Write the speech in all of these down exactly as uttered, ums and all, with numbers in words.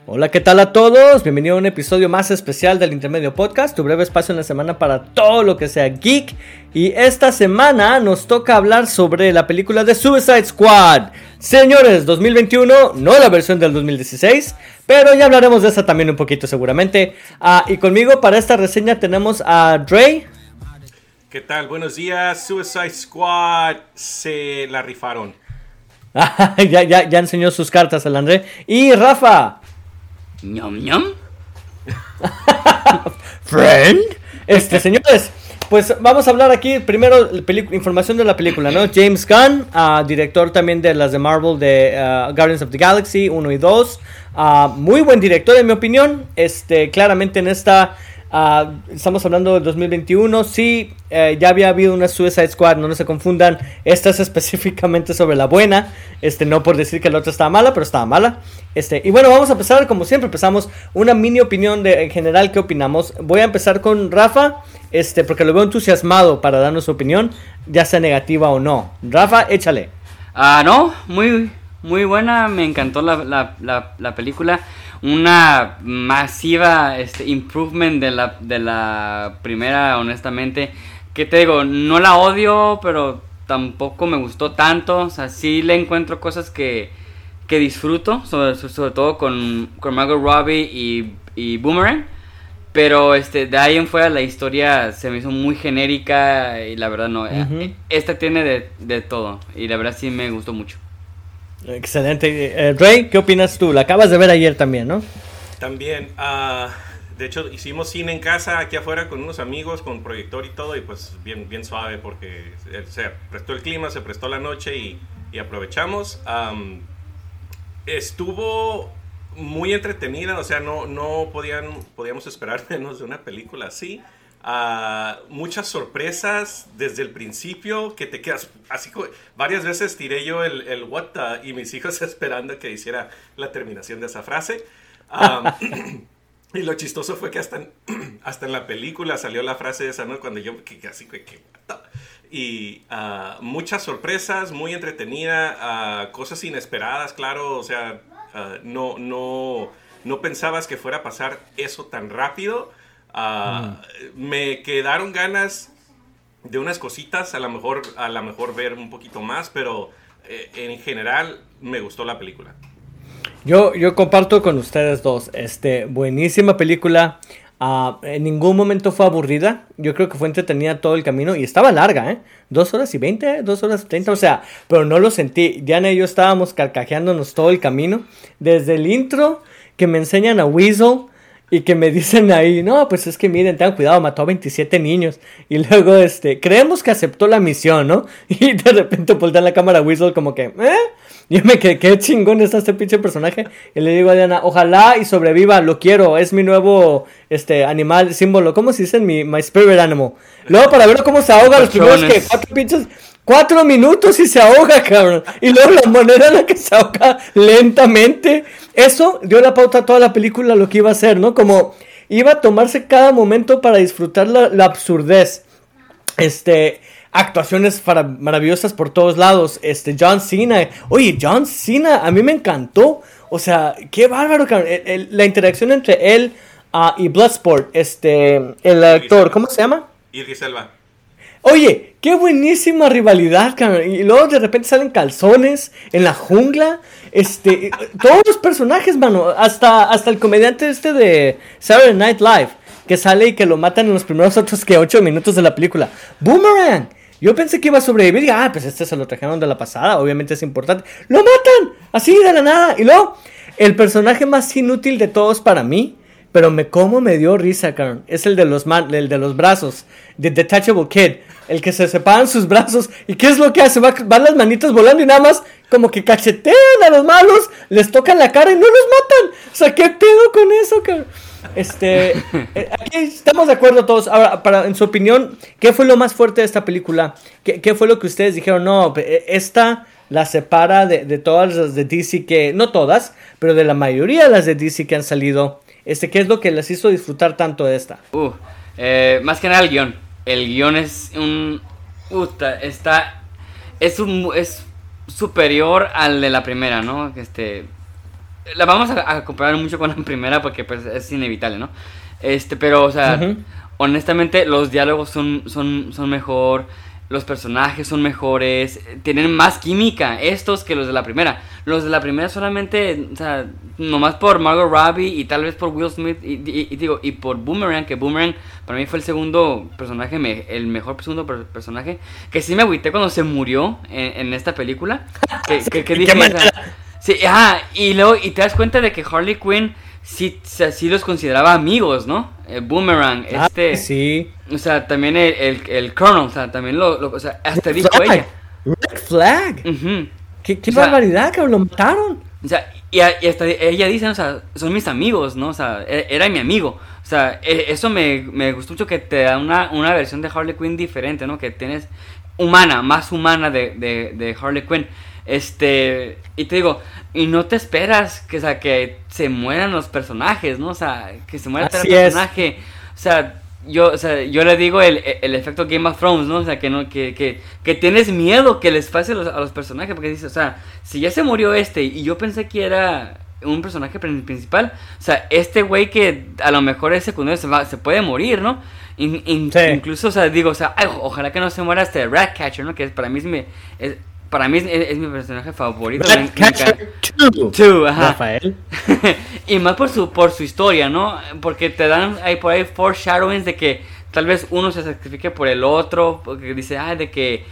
Hola, ¿qué tal a todos? Bienvenido a un episodio más especial del Intermedio Podcast, tu breve espacio en la semana para todo lo que sea geek. Y esta semana nos toca hablar sobre la película de Suicide Squad. Señores, dos mil veintiuno, no la versión del dos mil dieciséis, pero ya hablaremos de esa también un poquito seguramente. Ah, y conmigo para esta reseña tenemos a Dre. ¿Qué tal? Buenos días. Suicide Squad se la rifaron. ya, ya, ya enseñó sus cartas el André. Y Rafa. ñom ñom. Friend. Este, señores, pues vamos a hablar aquí primero pelic- información de la película, ¿no? James Gunn, uh, director también de las de Marvel de uh, Guardians of the Galaxy uno y dos. Uh, muy buen director en mi opinión. Este, claramente en esta uh, estamos hablando del dos mil veintiuno. Sí, eh, ya había habido una Suicide Squad, no, no se confundan. Esta es específicamente sobre la buena. Este, no por decir que la otra estaba mala, pero estaba mala. Este, y bueno, vamos a empezar como siempre. Empezamos una mini opinión de en general qué opinamos. Voy a empezar con Rafa, este, porque lo veo entusiasmado para darnos su opinión, ya sea negativa o no. Rafa, échale. Ah, uh, no, muy, muy buena. Me encantó la, la, la, la película. Una masiva este, improvement de la, de la primera, honestamente. Que te digo, no la odio, pero tampoco me gustó tanto. O sea, sí le encuentro cosas que, que disfruto, sobre, sobre todo con, con Margot Robbie y, y Boomerang. Pero este, de ahí en fuera la historia se me hizo muy genérica y la verdad no. Uh-huh. Esta tiene de, de todo y la verdad sí me gustó mucho. Excelente. Eh, Ray, ¿qué opinas tú? La acabas de ver ayer también, ¿no? También. Uh, de hecho, hicimos cine en casa aquí afuera con unos amigos, con proyector y todo, y pues bien, bien suave porque se prestó el clima, se prestó la noche y, y aprovechamos. Um, estuvo muy entretenida, o sea, no, no podían, podíamos esperar menos de una película así. Uh, muchas sorpresas desde el principio que te quedas así. Varias veces tiré yo el, el what the, y mis hijos esperando que hiciera la terminación de esa frase. Um, y lo chistoso fue que hasta en, hasta en la película salió la frase esa, ¿no? Cuando yo que, así que, que what the? Y uh, muchas sorpresas, muy entretenida, uh, cosas inesperadas, claro, o sea, uh, no, no, no pensabas que fuera a pasar eso tan rápido. Uh, mm. Me quedaron ganas de unas cositas, a lo mejor, a lo mejor ver un poquito más, pero eh, en general me gustó la película. Yo, yo comparto con ustedes dos, este, buenísima película. Uh, en ningún momento fue aburrida. Yo creo que fue entretenida todo el camino y estaba larga, ¿eh? Dos horas y veinte, dos horas y treinta, o sea, pero no lo sentí. Diana y yo estábamos carcajeándonos todo el camino, desde el intro que me enseñan a Weasel. Y que me dicen ahí, no, pues es que miren, tengan cuidado, mató a veintisiete niños. Y luego, este, creemos que aceptó la misión, ¿no? Y de repente voltean la cámara a Weasel como que, ¿eh? Yo me quedé, qué chingón está este pinche personaje. Y le digo a Diana, ojalá y sobreviva, lo quiero, es mi nuevo, este, animal, símbolo. ¿Cómo se dice? Mi, my spirit animal. Luego para ver cómo se ahoga los primeros, que cuatro pinches... Cuatro minutos y se ahoga, cabrón. Y luego la manera en la que se ahoga lentamente. Eso dio la pauta a toda la película lo que iba a hacer, ¿no? Como iba a tomarse cada momento para disfrutar la, la absurdez. Este, actuaciones para, maravillosas por todos lados. Este, John Cena. Oye, John Cena, a mí me encantó. O sea, qué bárbaro, cabrón. El, el, la interacción entre él uh, y Bloodsport. Este, el actor, ¿cómo se llama? Idris Elba. Oye, qué buenísima rivalidad, cabrón. Y luego de repente salen calzones en la jungla. Este, todos los personajes, mano. Hasta, hasta el comediante este de Saturday Night Live, que sale y que lo matan en los primeros otros que ocho minutos de la película. Boomerang. Yo pensé que iba a sobrevivir. Y, ah, pues este se lo trajeron de la pasada. Obviamente es importante. ¡Lo matan! Así de la nada. Y luego, el personaje más inútil de todos para mí, pero me como me dio risa, cabrón, es el de los man, el de los brazos, The Detachable Kid, el que se separan sus brazos. ¿Y qué es lo que hace? Va, van las manitas volando y nada más como que cachetean a los malos, les tocan la cara y no los matan. O sea, ¿qué pedo con eso, cabrón? Este, eh, aquí estamos de acuerdo todos. Ahora, para, en su opinión, ¿qué fue lo más fuerte de esta película? ¿Qué, qué fue lo que ustedes dijeron? No, esta la separa de, de todas las de D C que, no todas, pero de la mayoría de las de D C que han salido. Este, ¿qué es lo que les hizo disfrutar tanto de esta? Uh, eh, más que nada el guión. El guión es un... Puta, está... Es un... Es superior al de la primera, ¿no? Este... la vamos a, a comparar mucho con la primera porque pues es inevitable, ¿no? Este, pero, o sea, uh-huh. honestamente los diálogos son, son, son mejor, los personajes son mejores, tienen más química estos que los de la primera. Los de la primera solamente, o sea, nomás por Margot Robbie y tal vez por Will Smith y, y, y digo, y por Boomerang, que Boomerang para mí fue el segundo personaje, me, el mejor segundo per- personaje, que sí me agüité cuando se murió en, en esta película. Que, que, que dije, o sea, sí, ah, y luego, y te das cuenta de que Harley Quinn sí, sí los consideraba amigos, ¿no? El Boomerang, ah, este... sí. O sea, también el, el, el Colonel, o sea, también lo... lo o sea, hasta Red dijo flag. ella. Red Flag. Uh-huh. ¿Qué, qué o sea, barbaridad, que lo mataron? O sea, y, y hasta ella dice, o sea, son mis amigos, ¿no? O sea, era mi amigo. O sea, eso me, me gustó mucho, que te da una, una versión de Harley Quinn diferente, ¿no? Que tienes humana, más humana de, de, de Harley Quinn. Este, y te digo, y no te esperas que, o sea, que se mueran los personajes, ¿no? O sea, que se muera el personaje. O sea, yo, o sea, yo le digo el, el efecto Game of Thrones, ¿no? O sea, que no, que, que, que tienes miedo que les pase a los, a los personajes, porque dices, o sea, si ya se murió este y yo pensé que era un personaje principal, o sea, este güey que a lo mejor es secundario se, va, se puede morir, ¿no? In, in, sí. Incluso, o sea, digo, o sea, ay, ojalá que no se muera este Ratcatcher, ¿no? Que es, para mí es mi... Es, Para mí es, es mi personaje favorito. Ratcatcher dos, ajá. Rafael. Y más por su por su historia, ¿no? Porque te dan ahí por ahí foreshadowings de que tal vez uno se sacrifique por el otro, porque dice, ah, de que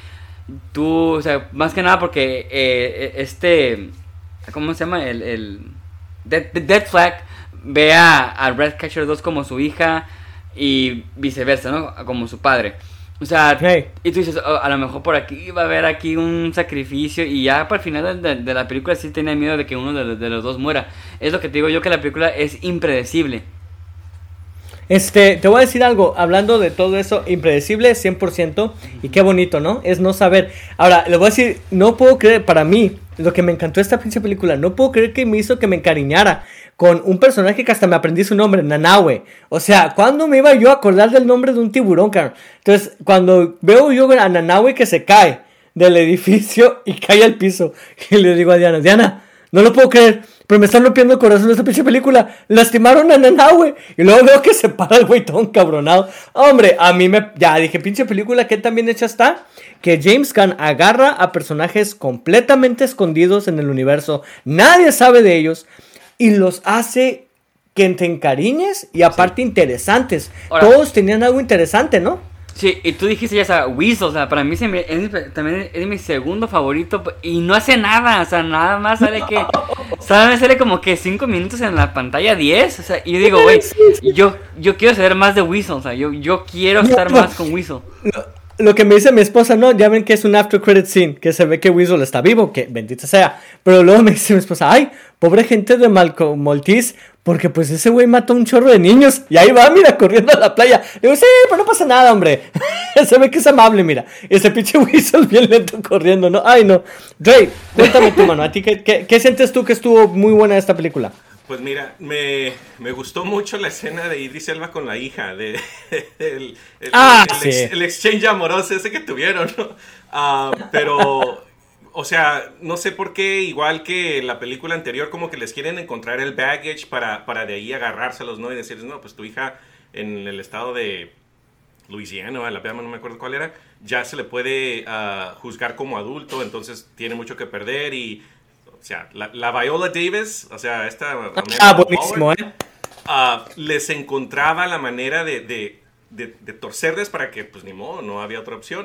tú, o sea, más que nada porque eh, este, ¿cómo se llama? El, el Dead, Dead Flag ve a, a Ratcatcher dos como su hija y viceversa, ¿no? Como su padre. O sea, hey. Y tú dices, oh, a lo mejor por aquí va a haber aquí un sacrificio, y ya para el final de, de la película sí tenía miedo de que uno de, de los dos muera. Es lo que te digo yo, que la película es impredecible. Este, te voy a decir algo, hablando de todo eso, impredecible cien por ciento, y qué bonito, ¿no? Es no saber. Ahora, le voy a decir, no puedo creer, para mí, lo que me encantó de esta pinche película, no puedo creer que me hizo que me encariñara con un personaje que hasta me aprendí su nombre, Nanaue. O sea, ¿cuándo me iba yo a acordar del nombre de un tiburón, cabrón? Entonces, cuando veo yo a Nanaue que se cae del edificio y cae al piso, y le digo a Diana, Diana, no lo puedo creer, pero me están rompiendo el corazón de esta pinche película. Lastimaron a Nanaue. Y luego veo que se para el güey todo encabronado. Hombre, a mí me... Ya dije, pinche película, que tan bien hecha está, que James Gunn agarra a personajes completamente escondidos en el universo. Nadie sabe de ellos. Y los hace que te encariñes y aparte sí. interesantes. Ahora, todos tenían algo interesante, ¿no? Sí, y tú dijiste ya, o sea, Weasel, o sea, para mí se me, es, también es mi segundo favorito y no hace nada, o sea, nada más sale que, ¿sabes? Sale como que cinco minutos en la pantalla, diez, o sea, y yo digo, güey, yo, yo quiero saber más de Weasel, o sea, yo, yo quiero estar no, más con Weasel. Lo, lo que me dice mi esposa, no, ya ven que es un after credit scene, que se ve que Weasel está vivo, que bendita sea, pero luego me dice mi esposa, ay, pobre gente de Malcolm Maltese, porque pues ese güey mató a un chorro de niños. Y ahí va, mira, corriendo a la playa. Le digo, sí, pero no pasa nada, hombre. Se ve que es amable, mira. Ese pinche Weasel bien lento corriendo, ¿no? Ay, no. Dre, cuéntame tú, mano. ¿A ti qué, qué, qué sientes tú que estuvo muy buena esta película? Pues mira, me, me gustó mucho la escena de Idris Elba con la hija. De, el, el, ah, el, sí. el, el exchange amoroso ese que tuvieron, ¿no? Uh, pero... O sea, no sé por qué, igual que la película anterior, como que les quieren encontrar el baggage para, para de ahí agarrárselos, ¿no? Y decirles, no, pues tu hija en el estado de Luisiana o Alabama, no me acuerdo cuál era, ya se le puede uh, juzgar como adulto, entonces tiene mucho que perder. Y, o sea, la, la Viola Davis, o sea, esta... Ah, buenísimo, Power, ¿eh? Uh, les encontraba la manera de, de, de, de torcerles para que, pues ni modo, no había otra opción.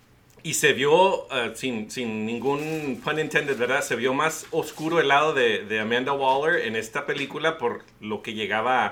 Y se vio, uh, sin, sin ningún pun intended, ¿verdad? Se vio más oscuro el lado de, de Amanda Waller en esta película por lo que llegaba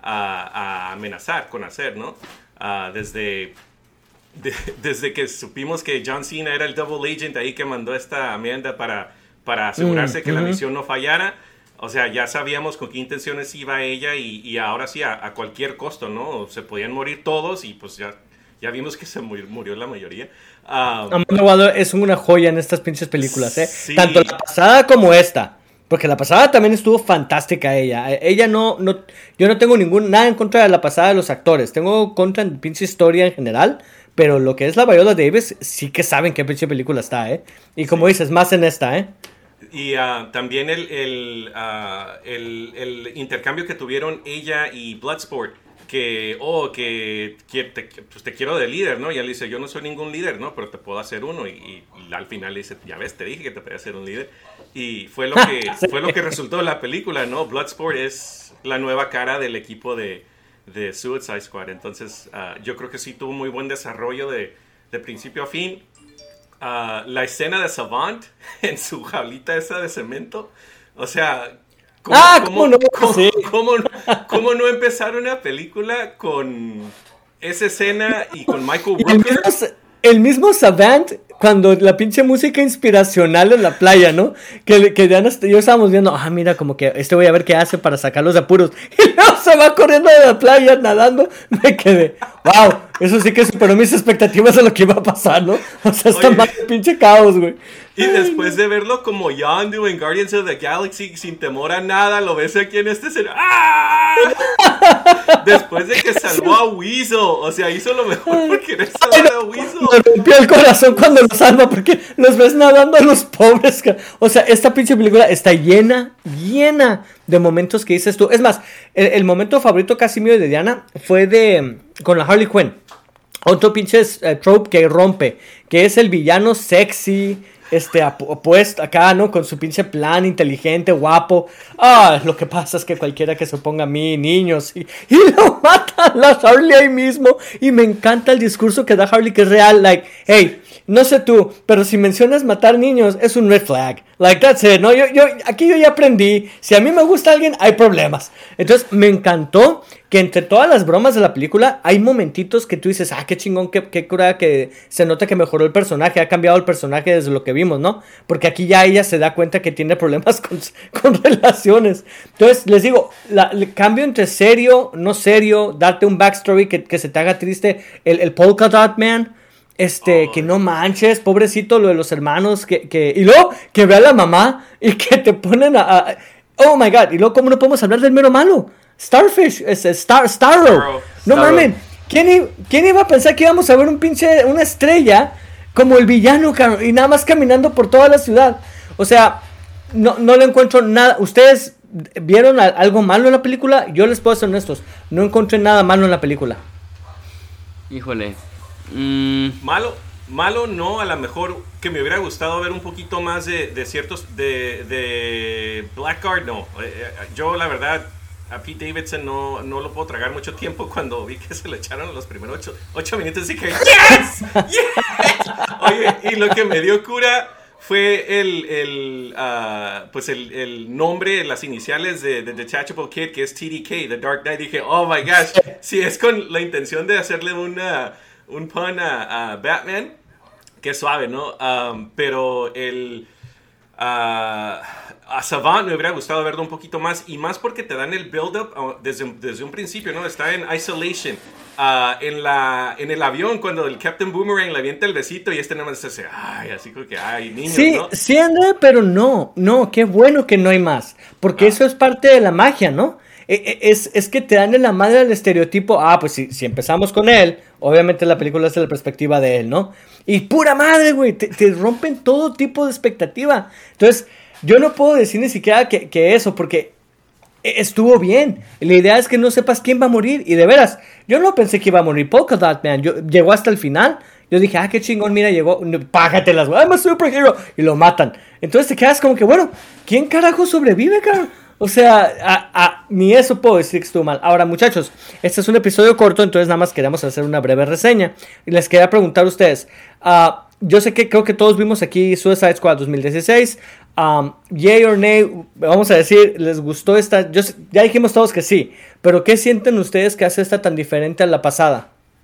a, a amenazar con hacer, ¿no? Uh, desde, de, desde que supimos que John Cena era el double agent ahí que mandó esta Amanda para, para asegurarse mm, que uh-huh. la misión no fallara. O sea, ya sabíamos con qué intenciones iba ella y, y ahora sí, a, a cualquier costo, ¿no? Se podían morir todos y pues ya... Ya vimos que se murió, murió la mayoría. Um, Amanda Waller es una joya en estas pinches películas, ¿eh? Sí. Tanto la pasada como esta. Porque la pasada también estuvo fantástica ella. Ella no, no... Yo no tengo ningún... Nada en contra de la pasada de los actores. Tengo contra de pinche historia en general. Pero lo que es la Viola Davis, sí que saben qué pinche película está, ¿eh? Y como sí. dices, más en esta, ¿eh? y uh, también el, el, uh, el, el intercambio que tuvieron ella y Bloodsport, que, oh, que, que te, pues te quiero de líder, ¿no? Y él dice, yo no soy ningún líder, ¿no? Pero te puedo hacer uno. Y, y, y al final dice, ya ves, te dije que te podía hacer un líder. Y fue lo que, fue lo que resultó de la película, ¿no? Bloodsport es la nueva cara del equipo de, de Suicide Squad. Entonces, uh, yo creo que sí tuvo muy buen desarrollo de, de principio a fin. Uh, la escena de Savant en su jaulita esa de cemento, o sea... ¿Cómo, ah, cómo, ¿cómo no? ¿cómo, Sí. cómo, cómo no empezar una película con esa escena y con Michael Y el Rooker? mismo, el mismo Savant, cuando la pinche música inspiracional en la playa, ¿no? Que, que ya nos, yo estábamos viendo, ah, mira, como que este voy a ver qué hace para sacarlos de apuros. Y luego se va corriendo de la playa, nadando. Me quedé, wow, eso sí que superó mis expectativas de lo que iba a pasar, ¿no? O sea, está Oye. más pinche caos, güey. Y después de verlo como Yondu en Guardians of the Galaxy sin temor a nada, lo ves aquí en este escenario. ¡Ah! Después de que salvó a Weasel, o sea, hizo lo mejor por querer salvar a Weasel. Me rompió el corazón cuando lo salva porque los ves nadando a los pobres. ca- O sea, esta pinche película está llena, llena de momentos que dices tú. Es más, el, el momento favorito casi mío de Diana fue de con la Harley Quinn. Otro pinche eh, trope que rompe, que es el villano sexy, este, ap- opuesto acá, ¿no? Con su pinche plan inteligente, guapo. Ah, lo que pasa es que cualquiera que se oponga a mí, niños, y, y lo mata la Harley ahí mismo. Y me encanta el discurso que da Harley, que es real, like, hey, no sé tú, pero si mencionas matar niños, es un red flag. Like, that's it, ¿no? Yo, yo, aquí yo ya aprendí, si a mí me gusta alguien, hay problemas. Entonces, me encantó que entre todas las bromas de la película, hay momentitos que tú dices, ah, qué chingón, qué, qué cura, que se nota que mejoró el personaje, ha cambiado el personaje desde lo que vimos, ¿no? Porque aquí ya ella se da cuenta que tiene problemas con, con relaciones. Entonces, les digo, la, el cambio entre serio, no serio, darte un backstory que, que se te haga triste, el, el Polka Dot Man, este, Oh. que no manches, pobrecito lo de los hermanos, que, que, y luego que ve a la mamá y que te ponen a, a- oh my god, y luego cómo no podemos hablar del mero malo, Starfish, es, es Star, Starro, Starro. no Starro. mames, ¿quién, i- ¿quién iba a pensar que íbamos a ver un pinche, una estrella como el villano, cabrón, y nada más caminando por toda la ciudad? O sea, no, no le encuentro nada. ¿Ustedes vieron a- algo malo en la película? Yo les puedo ser honestos, no encontré nada malo en la película. Híjole. Mm, Malo, malo no, a lo mejor que me hubiera gustado ver un poquito más de, de ciertos, de, de Blackguard, no. Eh, eh, Yo la verdad, a Pete Davidson no, no lo puedo tragar mucho tiempo. Cuando vi que se lo echaron los primeros ocho, ocho minutos, dije, ¡yes! ¡Yes! Oye, y lo que me dio cura fue el, el, ah, pues el, el nombre, las iniciales de, de Detachable Kid, que es T D K, The Dark Knight. Dije, oh my gosh, si es con la intención de hacerle una, un pun a, a Batman, que suave, ¿no? Um, pero el... ah, a Savant me hubiera gustado verlo un poquito más, y más porque te dan el build-up uh, desde, desde un principio, ¿no? Está en Isolation, uh, en, la, en el avión, cuando el Captain Boomerang le avienta el besito y este nada más se hace, ay, así como que, ay, niños, Sí, ¿no? sí, André, pero no, no, qué bueno que no hay más, porque Ah. eso es parte de la magia, ¿no? E- e- Es, es que te dan en la madre el estereotipo, ah, pues si, si empezamos con él, obviamente la película es de la perspectiva de él, ¿no? Y pura madre, güey, te, te rompen todo tipo de expectativa. Entonces, yo no puedo decir ni siquiera que, que eso, porque estuvo bien. La idea es que no sepas quién va a morir. Y de veras, yo no pensé que iba a morir Polka Dot Man. Yo, llegó hasta el final. Yo dije, ah, qué chingón, mira, llegó. Págatelas, güey. I'm a superhero. Y lo matan. Entonces te quedas como que, bueno, ¿quién carajo sobrevive, cabrón? O sea, a, a, ni eso puedo decir que estuvo mal. Ahora, muchachos, este es un episodio corto, entonces nada más queremos hacer una breve reseña. Y les quería preguntar a ustedes. Uh, yo sé que creo que todos vimos aquí Suicide Squad dos mil dieciséis. Um, yay or nay, vamos a decir, ¿les gustó esta? Yo sé- ya dijimos todos que sí, pero ¿qué sienten ustedes que hace esta tan diferente a la pasada?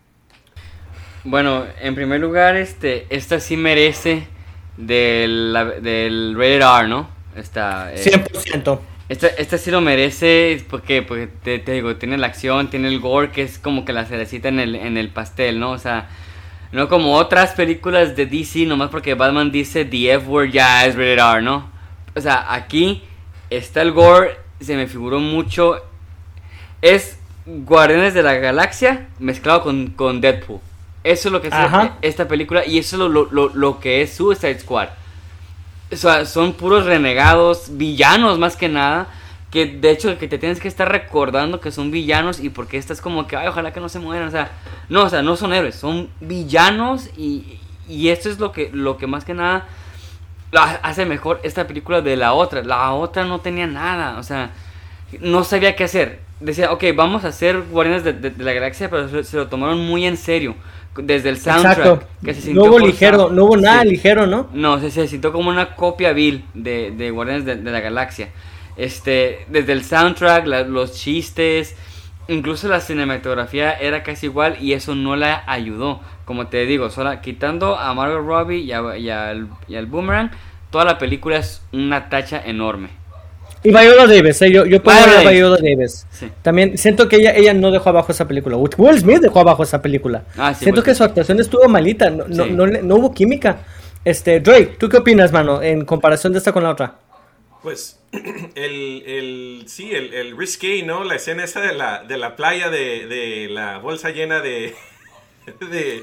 bueno, en primer lugar, este, esta sí merece del, la- del rated R, ¿no? Esta, eh, cien por ciento. Esta, esta sí lo merece porque, porque te, te digo, tiene la acción, tiene el gore, que es como que la cerecita en el, en el pastel, ¿no? O sea, no como otras películas de D C, nomás porque Batman dice the F word ya es rated R, ¿no? O sea, aquí está el gore, se me figuró mucho. Es Guardianes de la Galaxia mezclado con, con Deadpool. Eso es lo que es Ajá. esta película y eso es lo, lo, lo, lo que es Suicide Squad. o sea, son puros renegados, villanos más que nada, que de hecho que te tienes que estar recordando que son villanos y porque estás como que, ay, ojalá que no se mueran, o sea, no, o sea, no son héroes, son villanos y, y esto es lo que, lo que más que nada hace mejor esta película de la otra. La otra no tenía nada, o sea, no sabía qué hacer. Decía, ok, vamos a hacer Guardianes de, de, de la Galaxia, pero se, se lo tomaron muy en serio. Desde el soundtrack. Exacto. Que se no hubo forzado. ligero, no hubo nada sí. ligero, ¿no? No, se, se sintió como una copia vil de, de Guardianes de, de la Galaxia. Este, desde el soundtrack, la, los chistes, incluso la cinematografía era casi igual y eso no la ayudó. Como te digo, sola, quitando a Margot Robbie y, a, y, al, y al Boomerang, toda la película es una tacha enorme. Y Viola Davis, ¿eh? yo, yo puedo Viola ver a Davis. Viola Davis. Sí. También siento que ella, ella no dejó abajo esa película. Will Smith dejó abajo esa película. Ah, sí, siento pues, que sí. su actuación estuvo malita, no, no, Sí. no, no hubo química. Este, Drake, ¿tú qué opinas, mano, en comparación de esta con la otra? Pues el, el sí, el, el risque, ¿no? La escena esa de la, de la playa de, de la bolsa llena de... de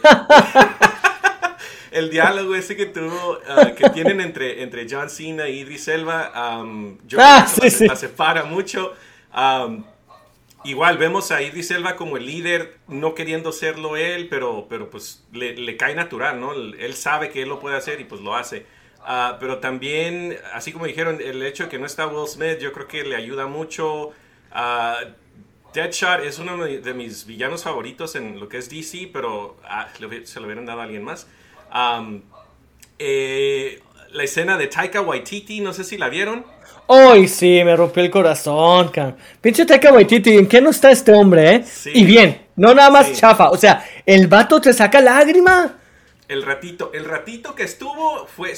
el diálogo ese que tuvo, uh, que tienen entre, entre John Cena y Idris Elba, um, yo Ah, creo que sí, la, sí. la separa mucho. Um, igual vemos a Idris Elba como el líder, no queriendo serlo él, pero, pero pues le, le cae natural, ¿no? Él, él sabe que él lo puede hacer y pues lo hace. Uh, pero también, así como dijeron, el hecho de que no está Will Smith, yo creo que le ayuda mucho. Uh, Deadshot es uno de mis villanos favoritos en lo que es D C, pero ah, se lo hubieran dado a alguien más. Um, eh, la escena de Taika Waititi, no sé si la vieron. Ay, sí, me rompió el corazón, cabrón. Pinche Taika Waititi, ¿en qué no está este hombre, eh? Sí. Y bien, no nada más Sí. chafa. O sea, el vato te saca lágrima. El ratito, el ratito que estuvo fue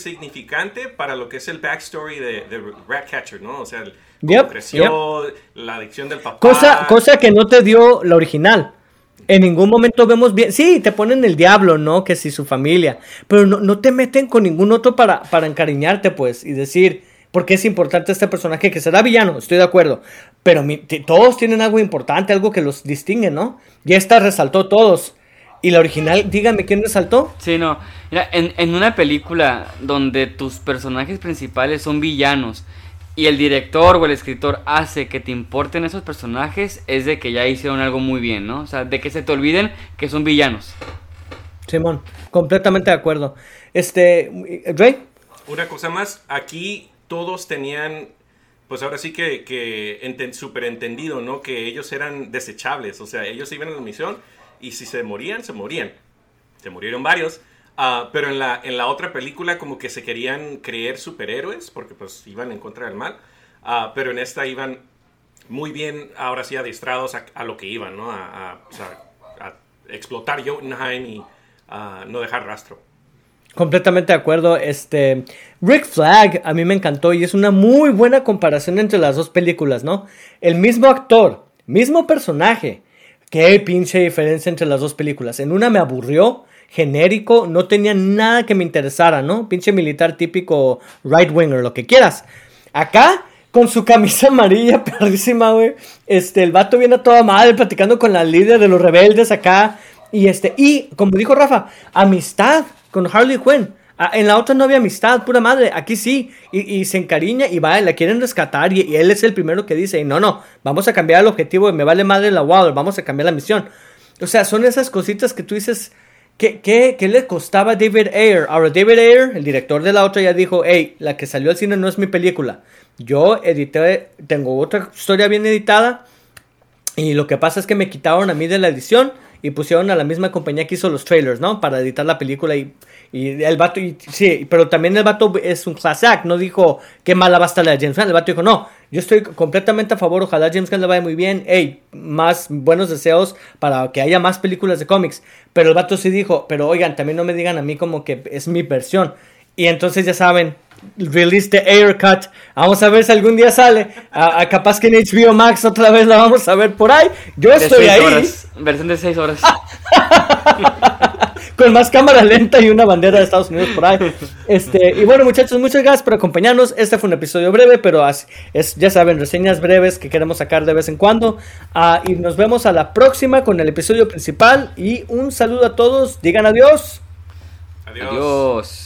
súper significante para lo que es el backstory de, de Ratcatcher, ¿no? O sea, el, cómo Yep, creció, yep. La adicción del papá. Cosa, cosa que no te dio la original. En ningún momento vemos bien. Sí, te ponen el diablo, ¿no? Que si su familia. Pero no, no te meten con ningún otro para, para encariñarte, pues. Y decir, ¿por qué es importante este personaje? Que será villano, estoy de acuerdo. Pero mi, t- todos tienen algo importante, algo que los distingue, ¿no? Y esta resaltó todos. Y la original, dígame, ¿quién resaltó? Sí, no. Mira, en, en una película donde tus personajes principales son villanos y el director o el escritor hace que te importen esos personajes, es de que ya hicieron algo muy bien, ¿no? O sea, de que se te olviden que son villanos. Simón, completamente de acuerdo. Este, Ray. Una cosa más, aquí todos tenían, pues ahora sí que, que enten, súper entendido, ¿no? Que ellos eran desechables, o sea, ellos iban a la misión y si se morían, se morían. Se murieron varios. Uh, pero en la, en la otra película como que se querían creer superhéroes porque pues iban en contra del mal. Uh, pero en esta iban muy bien, ahora sí, adiestrados a, a lo que iban, ¿no? A, a, o sea, a explotar Jotunheim y uh, no dejar rastro. Completamente de acuerdo. Este, Rick Flag a mí me encantó y es una muy buena comparación entre las dos películas, ¿no? El mismo actor, mismo personaje. Qué pinche diferencia entre las dos películas. En una me aburrió, genérico, no tenía nada que me interesara, ¿no? Pinche militar típico, right winger, lo que quieras. Acá, con su camisa amarilla, perrísima, güey. Este, el vato viene a toda madre platicando con la líder de los rebeldes acá. Y este, y como dijo Rafa, amistad con Harley Quinn. Ah, en la otra no había amistad, pura madre. Aquí sí. Y, y se encariña y va, la quieren rescatar. Y, y él es el primero que dice, no, no, vamos a cambiar el objetivo. Me vale madre la Waller, vamos a cambiar la misión. O sea, son esas cositas que tú dices, ¿qué, qué, qué le costaba a David Ayer? Ahora, David Ayer, el director de la otra, ya dijo, hey, la que salió al cine no es mi película. Yo edité, tengo otra historia bien editada. Y lo que pasa es que me quitaron a mí de la edición y pusieron a la misma compañía que hizo los trailers, ¿no? Para editar la película y, y el vato, y, sí, pero también el vato es un class act, no dijo qué mala va a estar la de James Gunn, el vato dijo, no, yo estoy completamente a favor, ojalá James Gunn le vaya muy bien, hey, más buenos deseos para que haya más películas de cómics, pero el vato sí dijo, pero oigan, también no me digan a mí como que es mi versión, y entonces ya saben, release the Ayer cut. Vamos a ver si algún día sale. A, a capaz que en H B O Max otra vez la vamos a ver por ahí. Yo De estoy seis ahí. horas, versión de seis horas. Con más cámara lenta y una bandera de Estados Unidos por ahí. Este, y bueno, muchachos, muchas gracias por acompañarnos. Este fue un episodio breve, pero así, es, ya saben, reseñas breves que queremos sacar de vez en cuando. Uh, y nos vemos a la próxima con el episodio principal. Y un saludo a todos. Digan adiós. Adiós. Adiós.